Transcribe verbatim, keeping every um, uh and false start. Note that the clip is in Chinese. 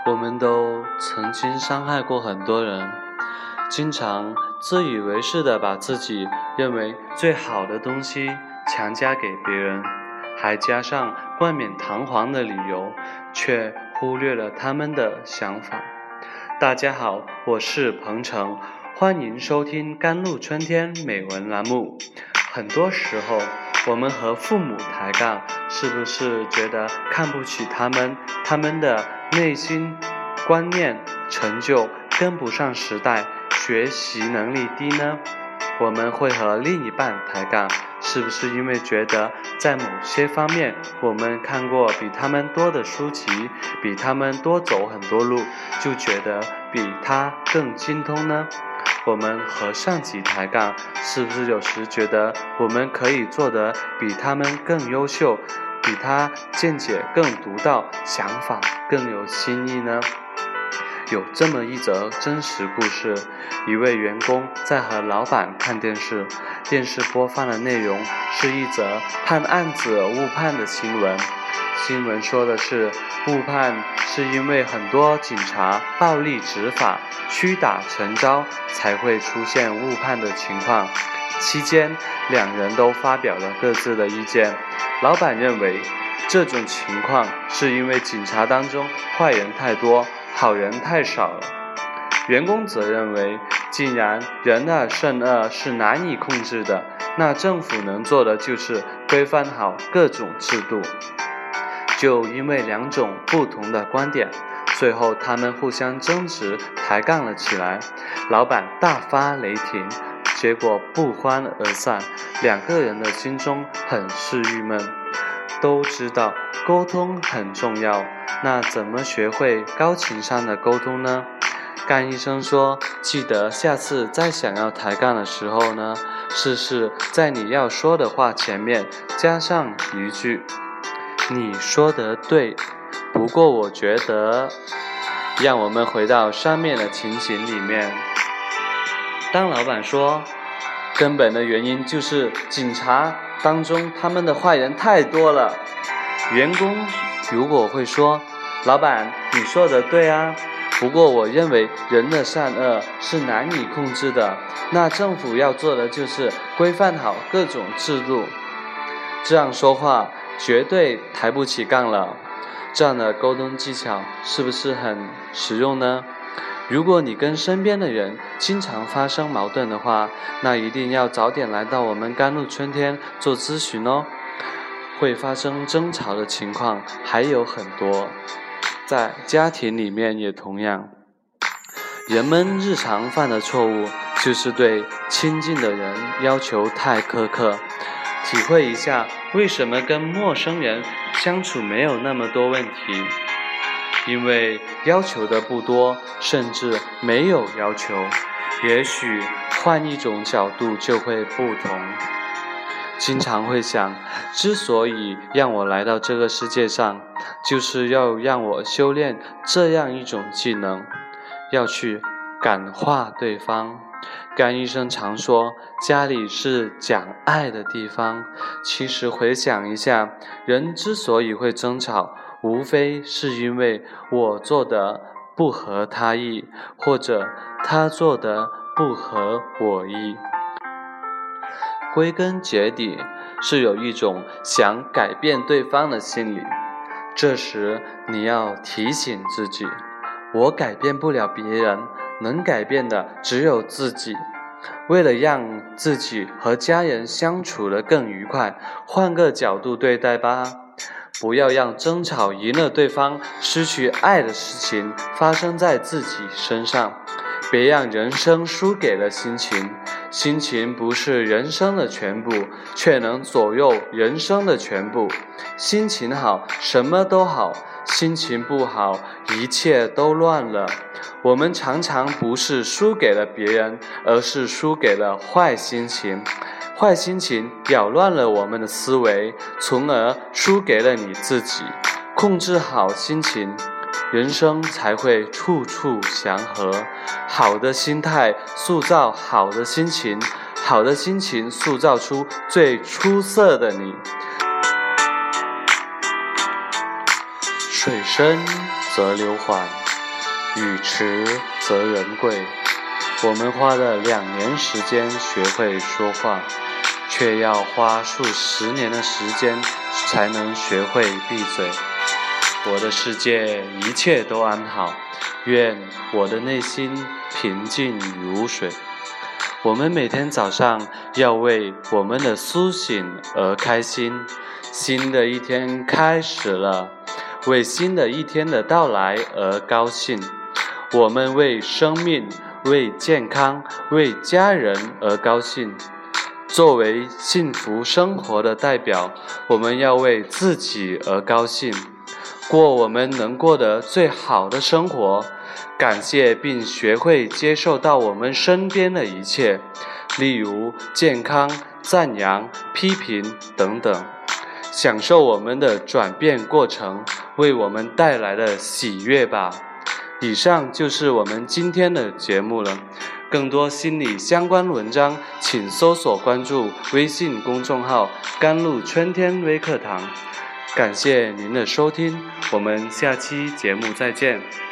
我们都曾经伤害过很多人，经常自以为是地把自己认为最好的东西强加给别人，还加上冠冕堂皇的理由，却忽略了他们的想法。大家好，我是彭程，欢迎收听甘露春天美文栏目。很多时候我们和父母抬杠，是不是觉得看不起他们，他们的内心观念成就跟不上时代，学习能力低呢？我们会和另一半抬杠，是不是因为觉得在某些方面我们看过比他们多的书籍，比他们多走很多路，就觉得比他更精通呢？我们和上级抬杠，是不是有时觉得我们可以做得比他们更优秀，比他见解更独到，想法更有新意呢？有这么一则真实故事，一位员工在和老板看电视，电视播放的内容是一则判案子误判的新闻。新闻说的是，误判是因为很多警察暴力执法，屈打成招，才会出现误判的情况。期间，两人都发表了各自的意见。老板认为，这种情况是因为警察当中坏人太多，好人太少了。员工则认为，既然人的善恶是难以控制的，那政府能做的就是规范好各种制度。就因为两种不同的观点，最后他们互相争执，抬杠了起来。老板大发雷霆，结果不欢而散，两个人的心中很是郁闷。都知道沟通很重要，那怎么学会高情商的沟通呢？甘医生说，记得下次再想要抬杠的时候呢，试试在你要说的话前面加上一句，你说得对，不过我觉得。让我们回到上面的情景里面，当老板说根本的原因就是警察当中他们的坏人太多了，员工如果会说，老板你说的对啊，不过我认为人的善恶是难以控制的，那政府要做的就是规范好各种制度。这样说话绝对抬不起杠了。这样的沟通技巧是不是很实用呢？如果你跟身边的人经常发生矛盾的话，那一定要早点来到我们甘露春天做咨询哦。会发生争吵的情况还有很多，在家庭里面也同样。人们日常犯的错误就是对亲近的人要求太苛刻。体会一下为什么跟陌生人相处没有那么多问题，因为要求的不多，甚至没有要求。也许换一种角度就会不同。经常会想，之所以让我来到这个世界上，就是要让我修炼这样一种技能，要去感化对方。甘医生常说，家里是讲爱的地方。其实回想一下，人之所以会争吵，无非是因为我做的不合他意，或者他做的不合我意。归根结底，是有一种想改变对方的心理。这时你要提醒自己，我改变不了别人，能改变的只有自己。为了让自己和家人相处得更愉快，换个角度对待吧。不要让争吵赢了对方，失去爱的事情发生在自己身上。别让人生输给了心情，心情不是人生的全部，却能左右人生的全部。心情好，什么都好；心情不好，一切都乱了。我们常常不是输给了别人，而是输给了坏心情。坏心情扰乱了我们的思维，从而输给了你自己。控制好心情，人生才会处处祥和。好的心态塑造好的心情，好的心情塑造出最出色的你。水深则流缓， 语迟则人贵。我们花了两年时间学会说话，却要花数十年的时间才能学会闭嘴。我的世界一切都安好，愿我的内心平静如水。我们每天早上要为我们的苏醒而开心，新的一天开始了，为新的一天的到来而高兴。我们为生命、为健康、为家人而高兴。作为幸福生活的代表，我们要为自己而高兴，过我们能过得最好的生活，感谢并学会接受到我们身边的一切，例如健康、赞扬、批评等等，享受我们的转变过程为我们带来的喜悦吧。以上就是我们今天的节目了，更多心理相关文章请搜索关注微信公众号甘露春天微课堂。感谢您的收听，我们下期节目再见。